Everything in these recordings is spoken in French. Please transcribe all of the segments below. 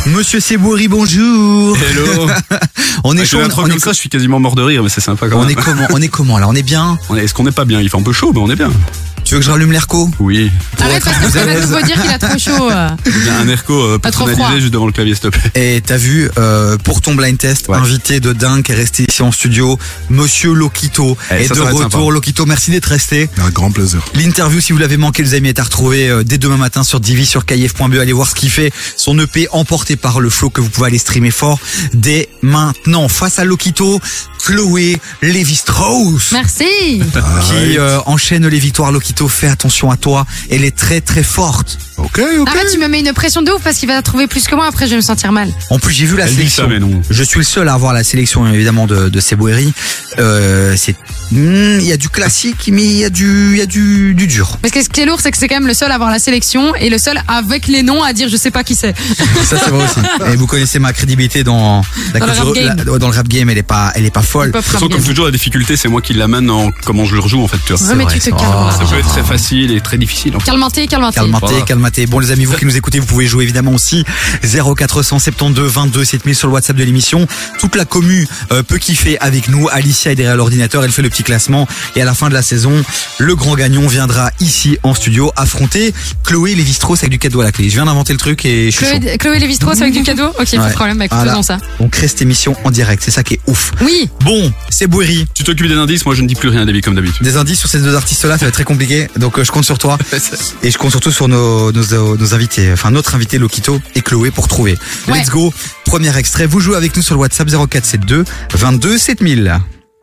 Monsieur Seboury, bonjour. Hello. On est chaud. Comme ça, je suis quasiment mort de rire, mais c'est sympa quand même. On est comment là? On est bien? Est-ce qu'on n'est pas bien? Il fait un peu chaud, mais on est bien. Tu veux que je rallume l'airco? Oui. Arrête parce que ça va nous dire qu'il a trop chaud. Un airco personnalisé juste devant le clavier, s'il te plaît. Et t'as vu, pour ton blind test, invité de dingue qui est resté ici en studio, Monsieur Lokito est de retour. Lokito, merci d'être resté. Un grand plaisir. L'interview, si vous l'avez manqué, les amis, est à retrouver dès demain matin sur Divi, sur KIF.be. Allez voir ce qu'il fait. Son EP emporté par le flow que vous pouvez aller streamer fort dès maintenant. Face à Lokito, Chloé Lévi-Strauss. Merci. Qui enchaîne les victoires. Lokito, fais attention à toi. Elle est très très forte. Ok. Arrête, tu me mets une pression de ouf parce qu'il va trouver plus que moi. Après, je vais me sentir mal. En plus, j'ai vu la sélection. Ça, mais non. Je suis le seul à avoir la sélection, évidemment, de Seboury. Il y a du classique, mais il y a du dur. Parce que ce qui est lourd, c'est que c'est quand même le seul à avoir la sélection et le seul avec les noms à dire je sais pas qui c'est. Ça, c'est vrai aussi. Et vous connaissez ma crédibilité dans le rap game, elle est pas folle. De toute façon, comme toujours, la difficulté, c'est moi qui l'amène en comment je le rejoue, en fait, tu vois. Ouais, mais tu te calmes. Ça peut être très facile et très difficile. Calme-toi. Calmaté. Bon, les amis, vous qui nous écoutez, vous pouvez jouer évidemment aussi 0472 22 7000 sur le WhatsApp de l'émission. Toute la commu peut kiffer avec nous. Alicia est derrière l'ordinateur, elle fait le petit classement. Et à la fin de la saison, le grand gagnant viendra ici en studio affronter Chloé Lévi-Strauss avec du cadeau à la clé. Je viens d'inventer le truc et je suis chaud. Chloé Lévi-Strauss avec du cadeau? Ok, pas de problème, écoute, faisons ça. On crée cette émission en direct, c'est ça qui est ouf. Oui. Bon, c'est Seboury. Tu t'occupes des indices, moi je ne dis plus rien, David, comme d'habitude. Des indices sur ces deux artistes-là, ça va être très compliqué. Donc je compte sur toi. Et je compte surtout sur nos invités, enfin notre invité Lokito et Chloé pour trouver. Ouais. Let's go. Premier extrait, vous jouez avec nous sur le WhatsApp 0472 22 7000.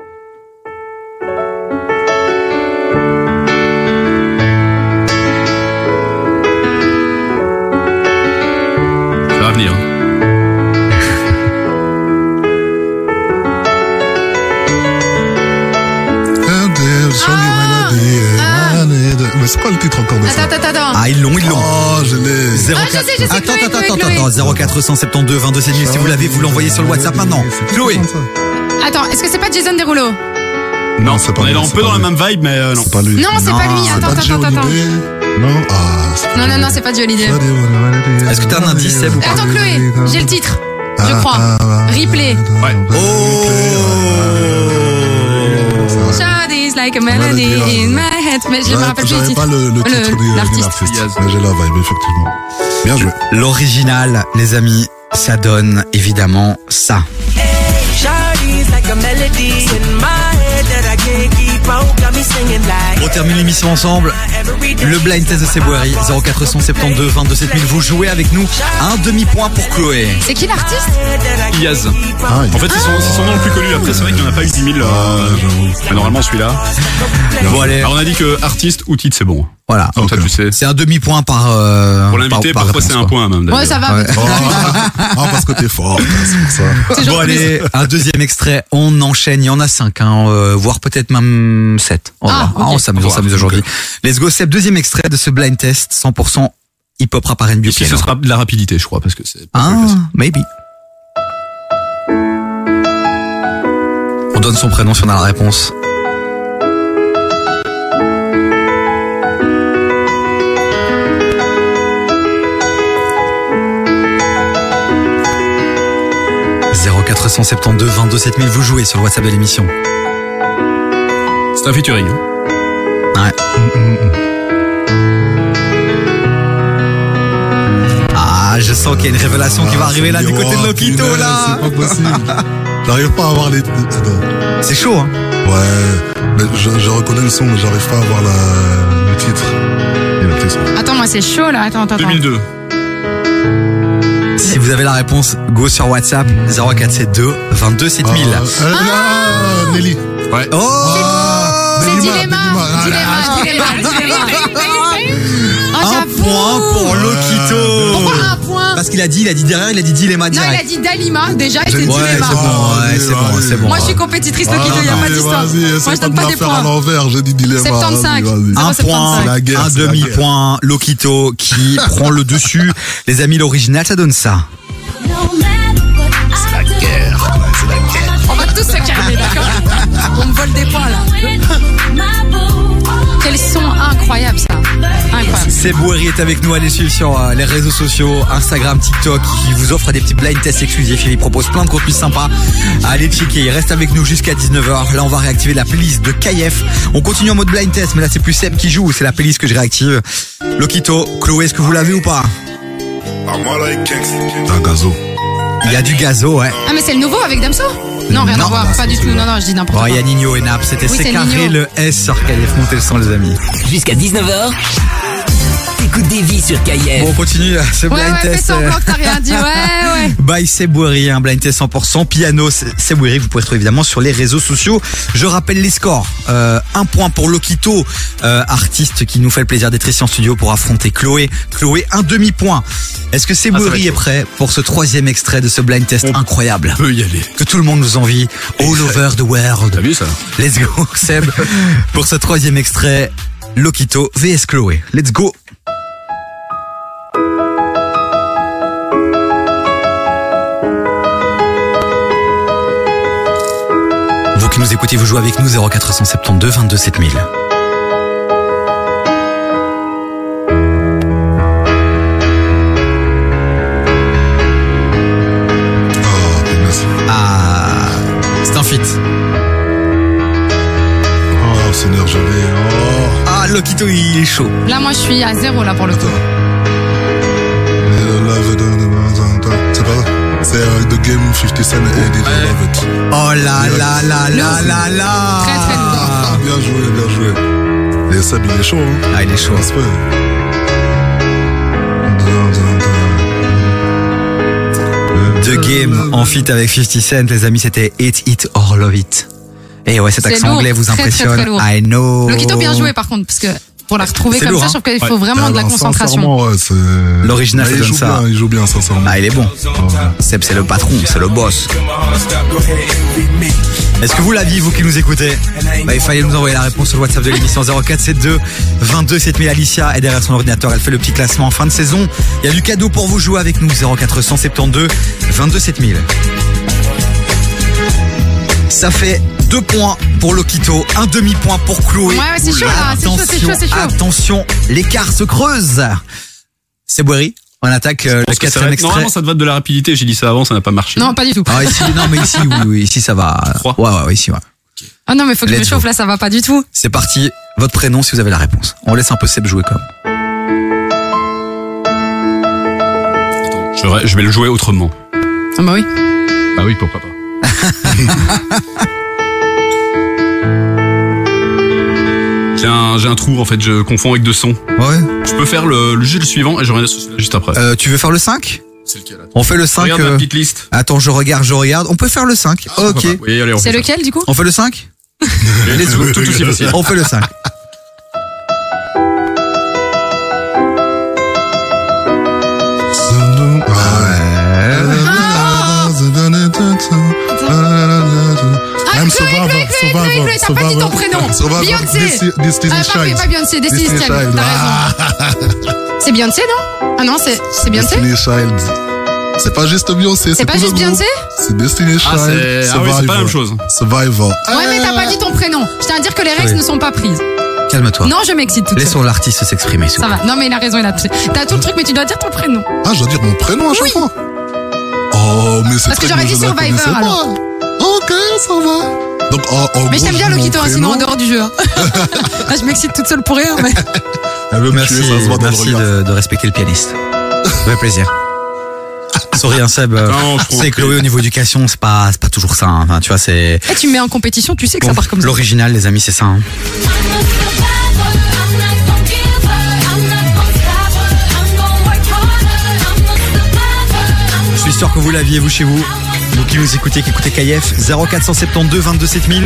Ça va venir. Mais c'est quoi le titre encore de ça? Attends. Ah, ils l'ont. Oh, je l'ai. Je sais, Attends. 0472 22 7000. Si vous l'avez, vous l'envoyez sur le WhatsApp maintenant. Chloé. Attends, est-ce que c'est pas Jason Derulo? Non, c'est pas on est lui, un c'est peu pas dans la lui. même vibe, mais non. C'est pas lui. Non, c'est pas lui. Attends. Non. Non, c'est pas Johnny Depp. Est-ce que t'as un indice, Seb, ou pas? Attends, Chloé, j'ai le titre. Je crois. Replay. Ouais. Shawty's like a melody in my head. Mais je me rappelle plus le J'avais titre. pas le titre de l'artiste. l'artiste. Mais j'ai la vibe, effectivement. Bien joué. L'original, les amis, ça donne évidemment ça. On termine l'émission ensemble. Le blind test de Seboury, 0472 22 7000. Vous jouez avec nous. Un demi-point pour Chloé. C'est qui l'artiste? Iyaz. En fait, c'est son nom le plus connu. Après, c'est vrai qu'il n'y en a pas eu 10 000. Mais normalement, celui-là. Bon, allez. Alors, on a dit que artiste ou titre, c'est bon. Voilà. Comme ça, tu sais. C'est un demi-point par. Pour l'invité, par parfois, réponse, c'est un quoi. point même. Ouais, ça va. Parce que t'es fort, c'est pour ça. Bon, allez, un deuxième extrait. On enchaîne. Il y en a 5, voire peut-être même 7. On s'amuse aujourd'hui. Let's go, Seb. Deuxième extrait de ce blind test. 100% hip-hop rap R&B. Ici, ce sera de la rapidité, je crois, parce que c'est. Maybe. On donne son prénom si on a la réponse. « 0472 22 7000, vous jouez sur le WhatsApp de l'émission. C'est un featuring. Ouais. Ah, je sens qu'il y a une révélation qui va arriver là du côté de Lokito là. C'est pas possible. J'arrive pas à avoir les. C'est chaud, hein. Ouais, mais je reconnais le son, mais j'arrive pas à avoir le titre. Et l'artiste. Attends, moi c'est chaud là. Attends. 2002. Si vous avez la réponse, go sur WhatsApp 0472 22 7000. Nelly. Ouais. C'est Dilemma. Un point pour Lokito. Pourquoi un point? Parce qu'il a dit Dilemma Non, direct. il a dit Dalima déjà et c'est Ouais, Dilemma. c'est bon. Moi je suis compétitrice Lokito, il n'y a pas d'histoire. Vas-y, Moi je essaie pas donne de pas la des faire à points. l'envers, j'ai dit Dilemma. 75. Vas-y. Un 0,75. point, C'est la guerre, un c'est la demi-point, Lokito qui prend le dessus. Les amis, l'original, ça donne ça. C'est la guerre. On va tous se calmer, d'accord? On me vole des points là. Quel son incroyable ça. Incroyable. Seb Oueri est avec nous, allez suivre sur les réseaux sociaux, Instagram, TikTok, il vous offre des petits blind tests exclusifs, il propose plein de contenus sympas. Allez checker, il reste avec nous jusqu'à 19h. Là on va réactiver la playlist de KF. On continue en mode blind test, mais là c'est plus Seb qui joue, c'est la playlist que je réactive. Lokito, Chloé, est-ce que vous l'avez ou pas? Un gazo. Il y a du gazo, ouais. Ah mais c'est le nouveau avec Damso? Non, rien à voir, pas du tout. Non, je dis n'importe quoi. Il y a Nino et Nap, c'était Oui, C c'est carré, Nino. le S sur KF. Montez le son les amis. Jusqu'à 19h, t'écoutes des vies sur KF. Bon, on continue ce Ouais, blind fais test. semblant que t'as rien dit, ouais. By Seb Oueri, un blind test 100% piano. Seb Oueri, vous pouvez retrouver évidemment sur les réseaux sociaux. Je rappelle les scores. 1 point pour Lokito, artiste qui nous fait le plaisir d'être ici en studio pour affronter Chloé. Chloé, un demi-point. Est-ce que Seb ça va Oueri être est prêt pour ce 3e extrait de ce blind test incroyable? On peut y aller. Que tout le monde nous envie. All over the world. T'as vu ça? Let's go, Seb. Pour ce 3e extrait, Lokito vs Chloé. Let's go. Vous qui nous écoutez, vous jouez avec nous 0472 22 7000. Ah, c'est un feat. Oh, Seigneur, je vais. Oh. Ah, Lokito, il est chaud. Là, moi, je suis à 0 là pour le coup. C'est pas ça. C'est The Game 50 Cent et Eddie Love It. Oh là là là là là là. Très, très lourd. Ah, bien joué. Et Seb, il est chaud, hein. Ah, il est chaud. Respect. The Game en feat avec 50 Cent, les amis, c'était Hit It or Love It. Et ouais, cet C'est accent lourd, anglais vous très, très, impressionne. très lourd. I know. Lokito, bien joué par contre, parce que pour la retrouver C'est comme lourd, ça, hein. je trouve qu'il faut Ouais. vraiment de la concentration. Sincèrement, ouais, c'est... L'original, ça il donne joue ça. Bien, il joue bien, sincèrement. Ah, il est bon. Seb, c'est le patron, c'est le boss. Est-ce que vous l'aviez, vous qui nous écoutez? Il fallait nous envoyer la réponse sur le WhatsApp de l'émission 0472 22 7000. Alicia est derrière son ordinateur, elle fait le petit classement en fin de saison. Il y a du cadeau pour vous, jouer avec nous 0472 22 7000. Ça fait 2 points pour Lokito, un demi-point pour Chloé. Ouais, c'est chaud là, c'est chaud. Attention, l'écart se creuse. Seb Oueri, on attaque le Parce que ça 4e va être- extrait. Normalement, ça devrait être de la rapidité. J'ai dit ça avant, ça n'a pas marché. Non, pas du tout. Ah, ici, non, mais ici, oui, ici ça va. Froid. Ouais, ici, ouais. Ah non, mais faut que je me Let's chauffe go. là, ça va pas du tout. C'est parti. Votre prénom si vous avez la réponse. On laisse un peu Seb jouer comme. Attends, je vais le jouer autrement. Ah bah oui. Bah oui, pourquoi pas. J'ai un trou en fait, je confonds avec 2 sons. Ouais. Je peux faire le suivant et je reviens sur celui-là juste après. Tu veux faire le 5? C'est lequel? Attends. On fait le 5. Regarde ma petite liste. Attends, je regarde. On peut faire le 5. Ok. Pourquoi pas. Oui, allez, on C'est fait lequel du coup? On fait le 5? ça. Let's go, tout aussi facile. On fait le 5. I'm Survivor. T'as pas dit ton prénom. Beyoncé. Destiny Pas Beyoncé, Destiny's Destiny's Child. Child. T'as raison. C'est Beyoncé, non? Ah non, c'est Beyoncé? Destiny Child. C'est pas juste Beyoncé, C'est pas tout le juste groupe. Beyoncé? C'est Destiny Ah, Child. oui, c'est pas la même chose. Survivor. Ouais, mais t'as pas dit ton prénom. Je tiens à dire que les règles Oui. ne sont pas prises. Calme-toi. Non, je m'excite toute seule. Laissons l'artiste s'exprimer. s'il vous Ça va. Non, mais il a raison, t'as tout le truc, mais tu dois dire ton prénom. Ah, je dois dire mon prénom à chaque fois. Oh, mais c'est Parce que très j'aurais bien, dit je la Survivor, connaissais alors. pas. Ok, ça va. Donc, en Mais gros, j'aime bien je dis Lokito, mon hein, sinon en prénom. dehors du jeu. hein. Là, je m'excite toute seule pour rien, mais. Elle veut me Merci, tuer, ça se voit dans le merci regard. de respecter le pianiste. Ça fait plaisir. Sorry, hein, Seb. Non, je trouve C'est que- Chloé au niveau éducation, c'est pas toujours ça. Hein. Enfin, tu vois, c'est. Eh, tu me mets en compétition, tu sais que ça part comme ça. L'original, les amis, c'est ça. Hein. Je suis sûr que vous l'aviez, vous, chez vous. Vous qui nous écoutez, qui écoutez KF, 0472 22 7000.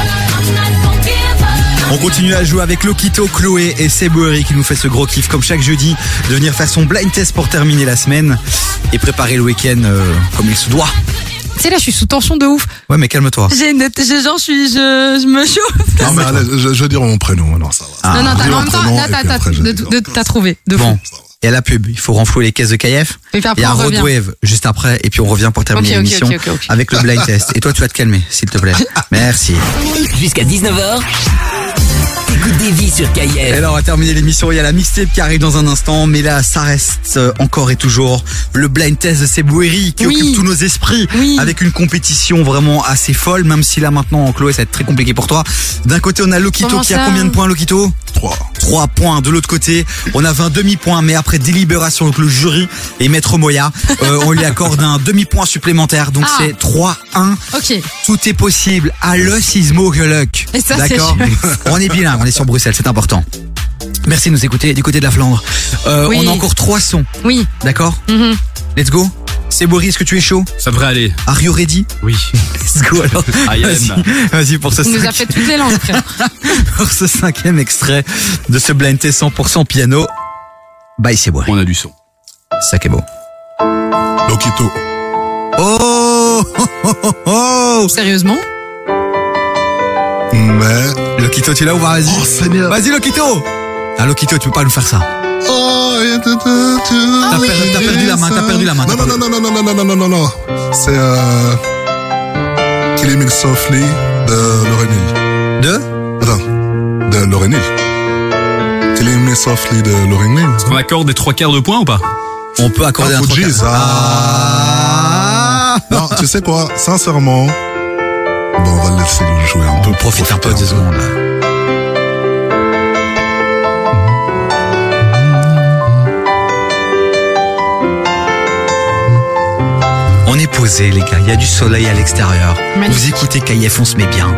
On continue à jouer avec Lokito, Chloé et Seb Oueri qui nous fait ce gros kiff comme chaque jeudi de venir faire son blind test pour terminer la semaine et préparer le week-end comme il se doit. Tu sais, là, je suis sous tension de ouf. Ouais, mais calme-toi. Je me chauffe. Non, mais allez, je vais dire mon prénom, alors ça va. Non, dis en mon même temps, prénom, là, et puis après, je vais dire. t'as trouvé. De Bon, fou. il y a la pub, il faut renflouer les caisses de KF. Et puis après, Il y a un on revient. roadwave juste après et puis on revient pour terminer Ok, l'émission ok. avec le blind test. Et toi, tu vas te calmer, s'il te plaît. Merci. Jusqu'à 19h, T'écoutes des vies sur KIF. Et là, on va terminer l'émission. Il y a la mixtape qui arrive dans un instant. Mais là, ça reste encore et toujours le blind test de Seboueri qui occupe tous nos esprits. Avec une compétition vraiment assez folle. Même si là, maintenant, Chloé, ça va être très compliqué pour toi. D'un côté, on a Lokito qui a combien de points, Lokito? 3 points. De l'autre côté, on a 20 demi-points. Mais après délibération, donc le jury et Maître Moya, on lui accorde un demi-point supplémentaire. Donc c'est 3-1. Ok. Tout est possible. À le Sismo que luck. Et ça, d'accord. On est bilingue, on est sur Bruxelles, c'est important. Merci de nous écouter du côté de la Flandre. On a encore 3 sons. Oui. D'accord. Let's go. Seboueri, est-ce que tu es chaud? Ça devrait aller. Are you ready? Oui. Let's go alors. Vas-y pour ce Il nous a fait toutes les langues, frère. pour ce 5e extrait de ce blind test 100% piano. Bye Seboueri. On a du son. Ça qui est beau. Lokito. Oh. Sérieusement? Mais... Lokito, tu l'as ou pas? Vas-y. Oh Seigneur. Vas-y Lokito. Ah Lokito, tu peux pas nous faire ça. T'as perdu la main, t'as perdu la main. Non. C'est Killing Me Softly de Lauryn Hill. De Lauryn Hill. Killing Me Softly de Lauryn Hill. On accorde des 3/4 de points ou pas? On peut accorder un Fugees. Ah. Non, tu sais quoi, sincèrement, bon, on va le laisser jouer un peu. Profite un peu 2 secondes là. On est posé les gars, il y a du soleil à l'extérieur. Magnifique. Vous écoutez KIF, on se met bien.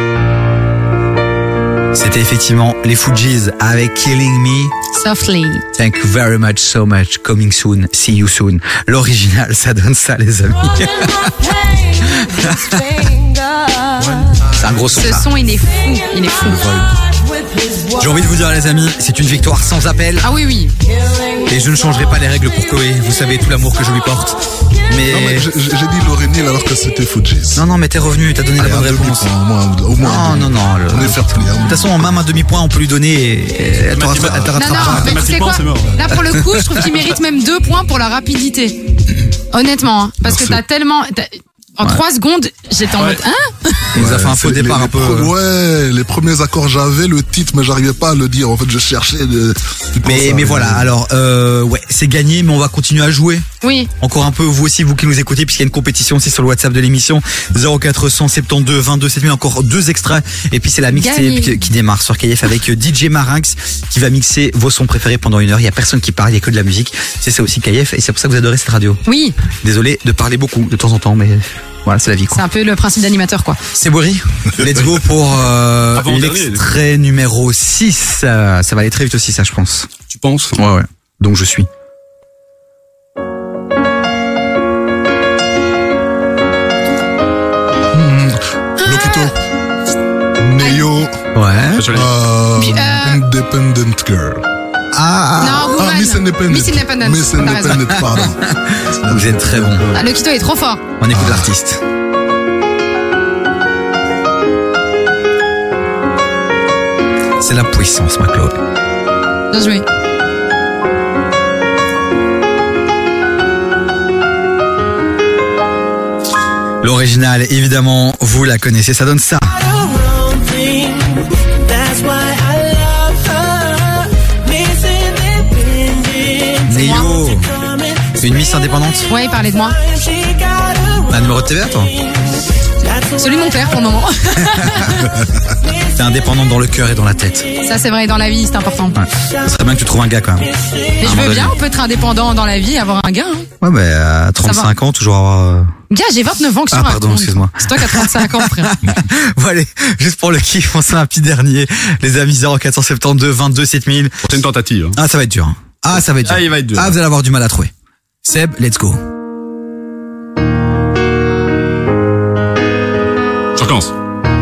C'était effectivement les Fugees avec Killing Me. Softly. Thank you very much, so much. Coming soon, see you soon. L'original, ça donne ça les amis. C'est un gros son. Ce ça. son, il est fou. Il est fou. J'ai envie de vous dire les amis, c'est une victoire sans appel. Ah oui. Et je ne changerai pas les règles pour Chloé. Vous savez tout l'amour que je lui porte. Mais... Non, mais j'ai dit Lauryn Hill alors que c'était Fugees. Non, mais t'es revenu, t'as donné la bonne réponse. Au moins. Non. On est fair play. De toute façon, même un demi-point, on peut lui donner et elle te rattrapera. Non, mais tu sais quoi? c'est mort. Là, pour le coup, je trouve qu'il mérite même 2 points pour la rapidité. Honnêtement, hein. Parce que t'as tellement... En 3 secondes, j'étais en mode... Hein? Il nous a fait un faux départ un peu. Ouais, les premiers accords, j'avais le titre, mais j'arrivais pas à le dire. En fait, je cherchais. Mais voilà, alors, ouais, c'est gagné, mais on va continuer à jouer. Oui. Encore un peu, vous aussi, vous qui nous écoutez, puisqu'il y a une compétition aussi sur le WhatsApp de l'émission. 0472 22 7000, encore 2 extraits. Et puis c'est la mixtape qui démarre sur KIF avec DJ Marinx qui va mixer vos sons préférés pendant 1 heure. Il y a personne qui parle, il y a que de la musique. C'est ça aussi KIF, et c'est pour ça que vous adorez cette radio. Oui. Désolé de parler beaucoup de temps en temps, mais voilà, c'est la vie, quoi. C'est un peu le principe d'animateur, quoi. Seboueri, let's go pour l'extrait numéro 6. Ça va aller très vite aussi, ça, je pense. Tu penses? Ouais. Donc je suis. Lokito. Neo. Ouais. Independent Girl. Non, Woman. Miss Independent. Miss Independent, pardon. Vous êtes très bon. Ah, le Kito est trop fort. On écoute l'artiste. C'est la puissance, ma Claude. Bien joué. L'original, évidemment, vous la connaissez, ça donne ça. Neo, c'est une Miss indépendante? Ouais, il parlait de moi. Un numéro de TVA, toi? Celui de mon père, pour le moment. T'es indépendante dans le cœur et dans la tête. Ça, c'est vrai, dans la vie, c'est important. Ouais. Ça serait bien que tu trouves un gars, quand même. Mais je veux bien, on peut être indépendant dans la vie et avoir un gars. Hein. Ouais, mais à 35 ans, toujours avoir... Gars, j'ai 29 ans que je suis pardon, excuse-moi. C'est toi qui as 35 ans, frère. Bon, allez, juste pour le kiff, on se fait un petit dernier. Les amis, 0472 22 7000. C'est une tentative. Hein. Ah, ça va être dur. Ah, ça va être dur. Ah, il va être dur. Ah, vous allez avoir du mal à trouver. Seb, let's go. Je recommence.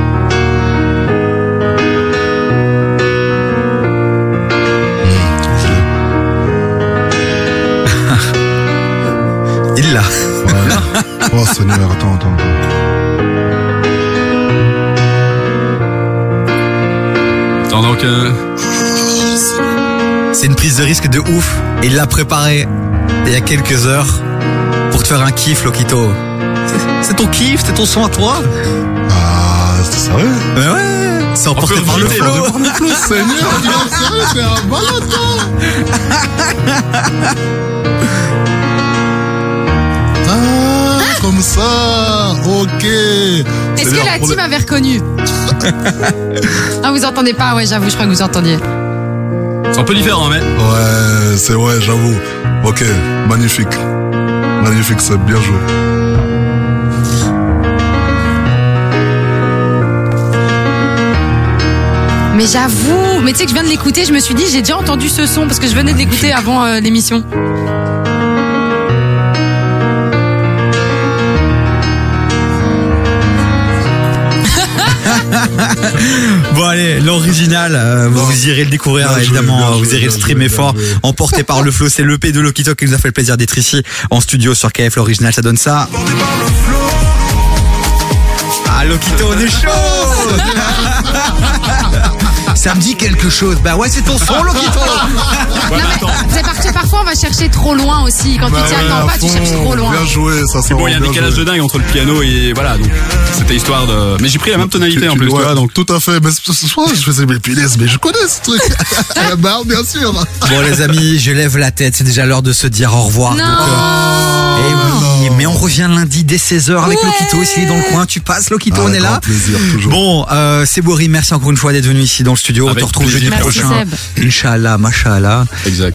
Il l'a. Ouais. Oh Seigneur, attends. Donc, c'est une prise de risque de ouf. Il l'a préparé il y a quelques heures pour te faire un kiff, Lokito. C'est ton kiff, c'est ton son à toi. Ah, c'est sérieux? Mais ouais. C'est emporté par le flow. Seigneur, tu es sérieux, c'est un malade, Ah, comme ça, ok. Est-ce que la team avait reconnu? Ah, vous entendez pas? Ouais, j'avoue, je crois que vous entendiez. C'est un peu différent, mais. Ouais, c'est vrai, j'avoue. Ok, magnifique. Magnifique, c'est bien joué. Mais j'avoue, mais tu sais que je viens de l'écouter, je me suis dit, j'ai déjà entendu ce son parce que je venais de l'écouter avant l'émission. Bon allez, l'original, vous irez le découvrir évidemment, vous irez le streamer fort, emporté par le flow, c'est l'EP de Lokito qui nous a fait le plaisir d'être ici en studio sur KF. L'original, ça donne ça. Ah Lokito, on est chaud. Ça me dit quelque chose. Bah ouais, c'est ton son, Lokito. Non, mais c'est parce que parfois on va chercher trop loin aussi. Quand tu t'y attends pas, tu cherches trop loin. Bien joué, ça sent. Bon, il y a un décalage de dingue entre le piano et voilà, donc c'était histoire de. Mais j'ai pris la même tonalité en plus, tu vois, donc. Tout à fait, mais ce soir je faisais mes punaises, mais je connais ce truc. Bah, bien sûr. Bon les amis, je lève la tête, c'est déjà l'heure de se dire au revoir. Non. Eh oui, mais on revient lundi dès 16h avec Lokito, s'il est dans le coin, tu passes Lokito, on est là. Plaisir, toujours. Bon, c'est Boris, merci encore une fois d'être venu ici dans le studio. On te retrouve jeudi prochain. Inch'Allah, Mashallah. Exact.